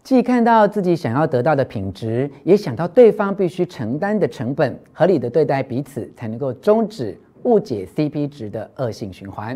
既看到自己想要得到的品质，也想到对方必须承担的成本，合理的对待彼此，才能够终止误解 CP 值的恶性循环。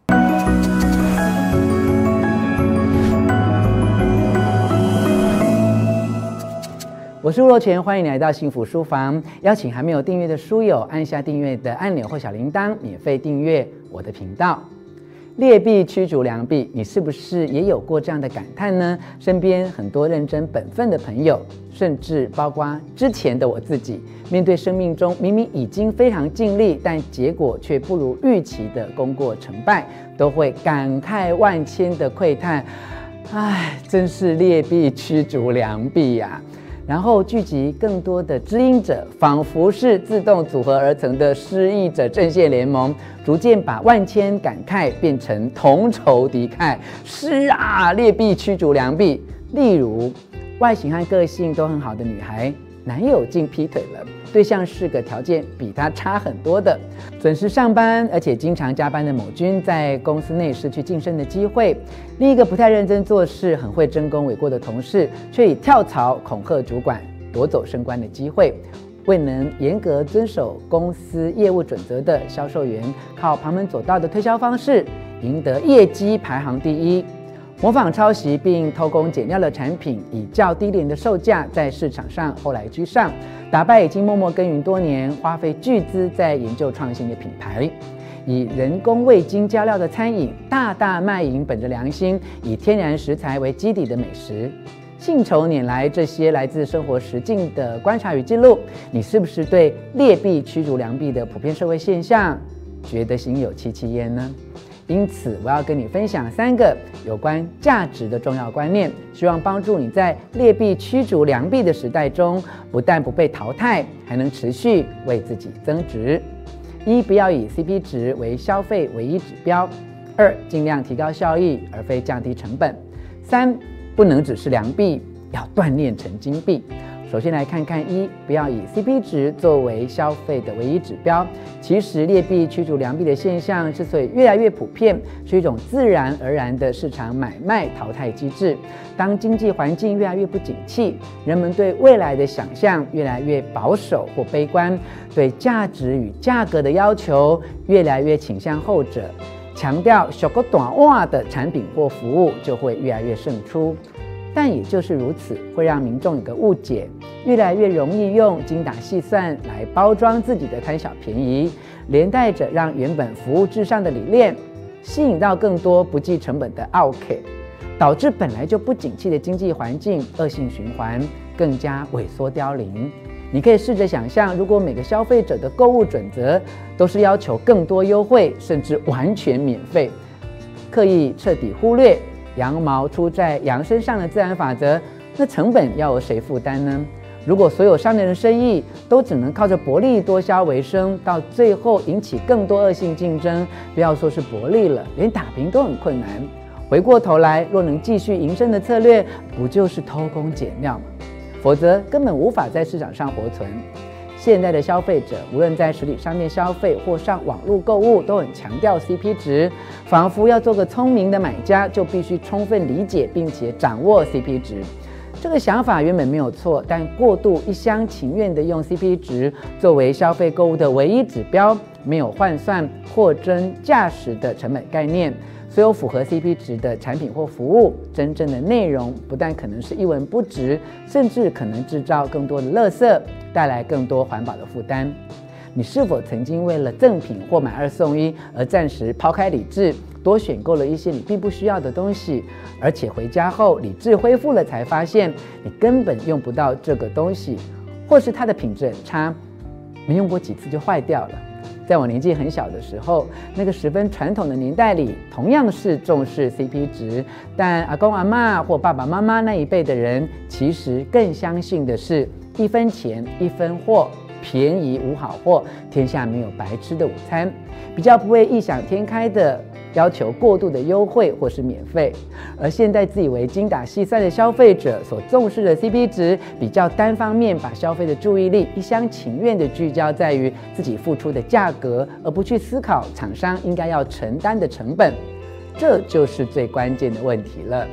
我是吴若权，欢迎你来到幸福书房。邀请还没有订阅的书友按下订阅的按钮或小铃铛，免费订阅我的频道。劣币驱逐良币，你是不是也有过这样的感叹呢？身边很多认真本分的朋友，甚至包括之前的我自己，面对生命中明明已经非常尽力，但结果却不如预期的功过成败，都会感慨万千的喟叹：唉，真是劣币驱逐良币呀！然后聚集更多的知音者，仿佛是自动组合而成的失意者阵线联盟，逐渐把万千感慨变成同仇敌忾。是啊，劣币驱逐良币。例如，外形和个性都很好的女孩，男友竟劈腿了，对象是个条件比她差很多的，准时上班而且经常加班的某君，在公司内失去晋升的机会；另一个不太认真做事、很会争功诿过的同事，却以跳槽恐吓主管，夺走升官的机会；未能严格遵守公司业务准则的销售员，靠旁门左道的推销方式，赢得业绩排行第一。模仿抄袭并偷工减料的产品，以较低廉的售价在市场上后来居上，打败已经默默耕耘多年、花费巨资在研究创新的品牌；以人工味精加料的餐饮，大大卖淫本着良心，以天然食材为基底的美食。信手拈来这些来自生活实境的观察与记录，你是不是对劣币驱逐良币的普遍社会现象觉得心有戚戚焉呢？因此，我要跟你分享3个有关价值的重要观念，希望帮助你在劣币驱逐良币的时代中，不但不被淘汰，还能持续为自己增值。1、不要以 CP 值为消费唯一指标； 2、尽量提高效益，而非降低成本； 3、不能只是良币，要锻炼成金币。首先来看看1，不要以 CP 值作为消费的唯一指标。其实劣币驱逐良币的现象之所以越来越普遍，是一种自然而然的市场买卖淘汰机制。当经济环境越来越不景气，人们对未来的想象越来越保守或悲观，对价值与价格的要求越来越倾向后者，强调小个短袜的产品或服务就会越来越胜出。但也就是如此，会让民众有个误解，越来越容易用精打细算来包装自己的贪小便宜，连带着让原本服务至上的理念吸引到更多不计成本的奥客，导致本来就不景气的经济环境恶性循环，更加萎缩凋零。你可以试着想象，如果每个消费者的购物准则都是要求更多优惠，甚至完全免费，刻意彻底忽略羊毛出在羊身上的自然法则，那成本要由谁负担呢？如果所有商人的生意都只能靠着薄利多销为生，到最后引起更多恶性竞争，不要说是薄利了，连打平都很困难。回过头来，若能继续营生的策略，不就是偷工减料吗？否则根本无法在市场上活存。现在的消费者，无论在实体商店消费或上网络购物，都很强调 CP 值，仿佛要做个聪明的买家，就必须充分理解并且掌握 CP 值。这个想法原本没有错，但过度一厢情愿地用 CP 值作为消费购物的唯一指标，没有换算货真价实的成本概念。所有符合 CP 值的产品或服务，真正的内容不但可能是一文不值，甚至可能制造更多的垃圾，带来更多环保的负担。你是否曾经为了赠品或买2送1而暂时抛开理智，多选购了一些你并不需要的东西，而且回家后理智恢复了，才发现你根本用不到这个东西，或是它的品质很差，没用过几次就坏掉了？在我年纪很小的时候，那个十分传统的年代里，同样是重视 CP 值，但阿公阿嬷或爸爸妈妈那一辈的人，其实更相信的是1分钱1分货，便宜无好货，天下没有白吃的午餐，比较不会异想天开的要求过度的优惠或是免费。而现在自以为精打细算的消费者所重视的 CP 值，比较单方面把消费的注意力一厢情愿的聚焦在于自己付出的价格，而不去思考厂商应该要承担的成本。这就是最关键的问题了。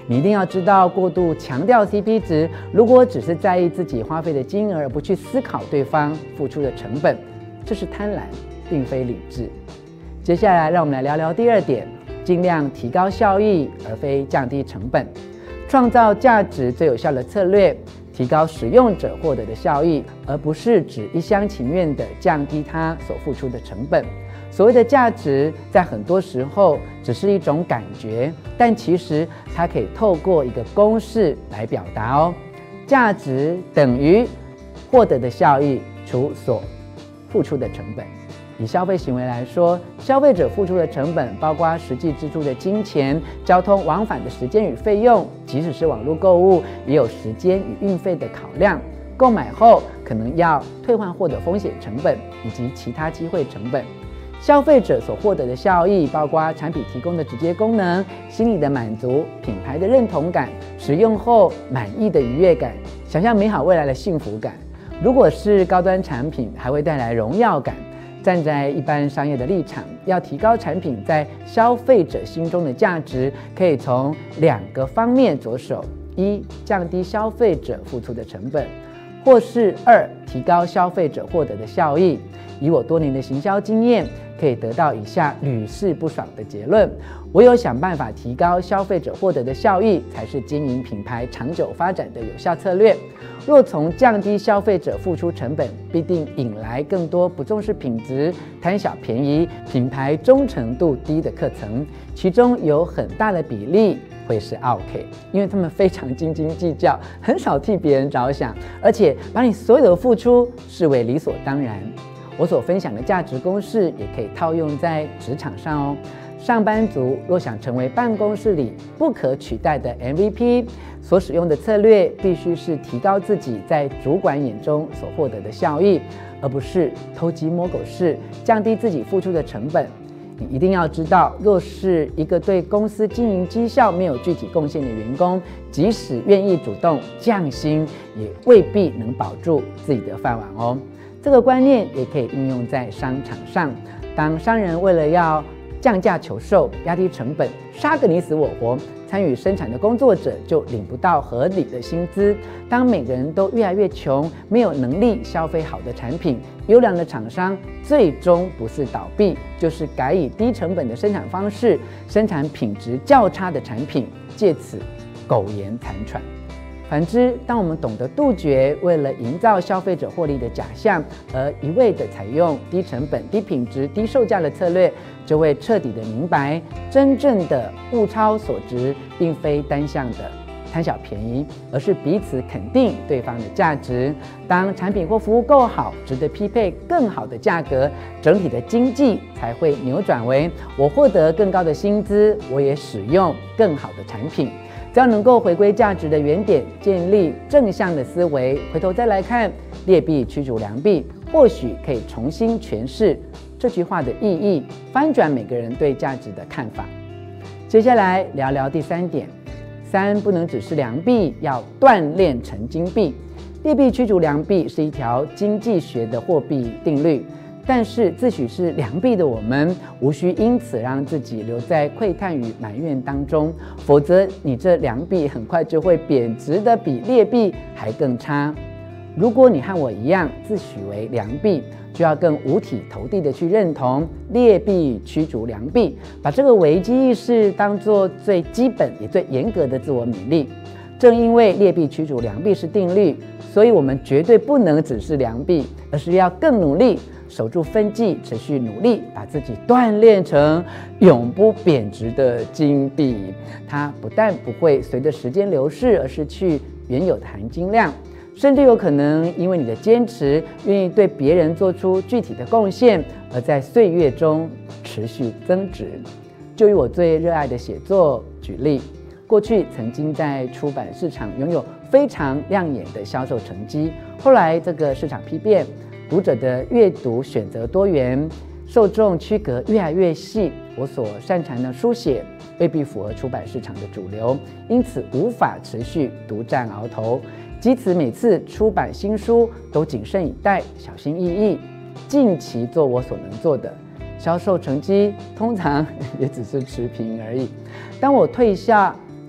你一定要知道，过度强调 CP 值，如果只是在意自己花费的金额，而不去思考对方付出的成本，这是贪婪，并非理智。接下来，让我们来聊聊第二点，尽量提高效益，而非降低成本。创造价值最有效的策略，提高使用者获得的效益，而不是只一厢情愿地降低他所付出的成本。所谓的价值，在很多时候只是一种感觉，但其实它可以透过一个公式来表达哦。价值等于获得的效益除所付出的成本。以消费行为来说，消费者付出的成本包括实际支出的金钱、交通往返的时间与费用，即使是网络购物，也有时间与运费的考量。购买后可能要退换货的风险成本以及其他机会成本。消费者所获得的效益包括产品提供的直接功能、心理的满足、品牌的认同感、使用后满意的愉悦感、想象美好未来的幸福感。如果是高端产品，还会带来荣耀感。站在一般商业的立场，要提高产品在消费者心中的价值，可以从2个方面着手：一、降低消费者付出的成本，或是2、提高消费者获得的效益。以我多年的行销经验，可以得到以下屡试不爽的结论：唯有想办法提高消费者获得的效益，才是经营品牌长久发展的有效策略。若从降低消费者付出成本，必定引来更多不重视品质、贪小便宜、品牌忠诚度低的客层，其中有很大的比例会是 OK， 因为他们非常斤斤计较，很少替别人着想，而且把你所有的付出视为理所当然。我所分享的价值公式也可以套用在职场上哦。上班族若想成为办公室里不可取代的 MVP， 所使用的策略必须是提高自己在主管眼中所获得的效益，而不是偷鸡摸狗式降低自己付出的成本。你一定要知道，若是一个对公司经营绩效没有具体贡献的员工，即使愿意主动降薪，也未必能保住自己的饭碗哦。这个观念也可以应用在商场上。当商人为了要降价求售、压低成本、杀个你死我活，参与生产的工作者就领不到合理的薪资。当每个人都越来越穷，没有能力消费好的产品，优良的厂商最终不是倒闭，就是改以低成本的生产方式，生产品质较差的产品，借此苟延残喘。反之，当我们懂得杜绝为了营造消费者获利的假象，而一味地采用低成本、低品质、低售价的策略，就会彻底的明白，真正的物超所值，并非单向的贪小便宜，而是彼此肯定对方的价值。当产品或服务够好，值得匹配更好的价格，整体的经济才会扭转为我获得更高的薪资，我也使用更好的产品。只要能够回归价值的原点，建立正向的思维，回头再来看劣币驱逐良币，或许可以重新诠释这句话的意义，翻转每个人对价值的看法。接下来聊聊第3点，3不能只是良币，要锻炼成金币。劣币驱逐良币是一条经济学的货币定律。但是自诩是良币的我们，无需因此让自己留在喟叹与埋怨当中，否则你这良币很快就会贬值的比劣币还更差。如果你和我一样自诩为良币，就要更五体投地的去认同劣币驱逐良币，把这个危机意识当作最基本也最严格的自我勉励。正因为劣币驱逐良币是定律，所以我们绝对不能只是良币，而是要更努力，守住分际，持续努力，把自己锻炼成永不贬值的金币。它不但不会随着时间流逝而失去原有的含金量，甚至有可能因为你的坚持，愿意对别人做出具体的贡献，而在岁月中持续增值。就以我最热爱的写作举例，过去曾经在出版市场拥有非常亮眼的销售成绩，后来这个市场批变，读者的阅读选择多元，受众区隔越来越细，我所擅长的书写未必符合出版市场的主流，因此无法持续独占鳌头。即此每次出版新书都谨慎以待，小心翼翼，尽其做我所能做的，销售成绩通常也只是持平而已。当我退下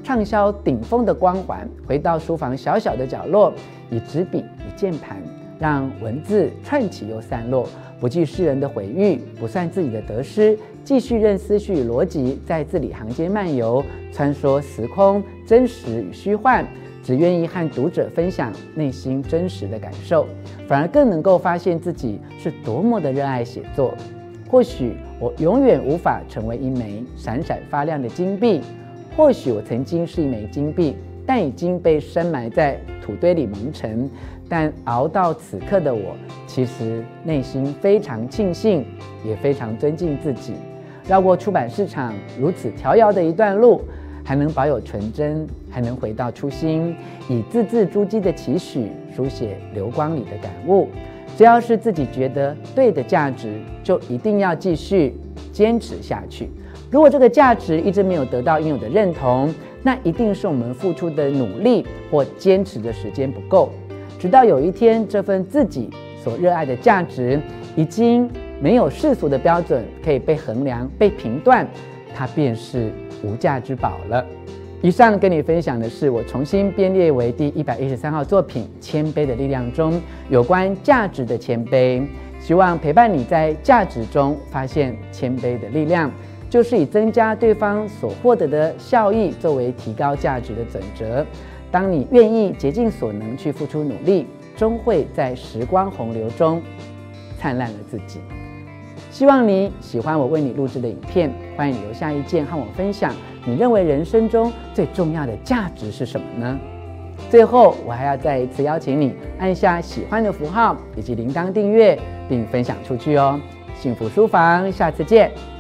畅销顶峰的光环，回到书房小小的角落，以纸笔与键盘，让文字串起又散落，不计世人的毁誉，不算自己的得失，继续任思绪与逻辑在字里行间漫游，穿梭时空，真实与虚幻，只愿意和读者分享内心真实的感受，反而更能够发现自己是多么的热爱写作。或许我永远无法成为一枚闪闪发亮的金币，或许我曾经是一枚金币，但已经被深埋在土堆里蒙尘。但熬到此刻的我，其实内心非常庆幸，也非常尊敬自己，绕过出版市场如此迢遥的一段路，还能保有纯真，还能回到初心，以字字珠玑的期许书写流光里的感悟。只要是自己觉得对的价值，就一定要继续坚持下去。如果这个价值一直没有得到应有的认同，那一定是我们付出的努力或坚持的时间不够。直到有一天，这份自己所热爱的价值已经没有世俗的标准可以被衡量、被评断，它便是无价之宝了。以上跟你分享的是我重新编列为第113号作品《谦卑的力量》中有关价值的谦卑，希望陪伴你在价值中发现谦卑的力量，就是以增加对方所获得的效益作为提高价值的准则。当你愿意竭尽所能去付出努力，终会在时光洪流中灿烂了自己。希望你喜欢我为你录制的影片，欢迎留下意见和我分享，你认为人生中最重要的价值是什么呢？最后，我还要再一次邀请你按下喜欢的符号以及铃铛订阅，并分享出去哦。幸福书房，下次见。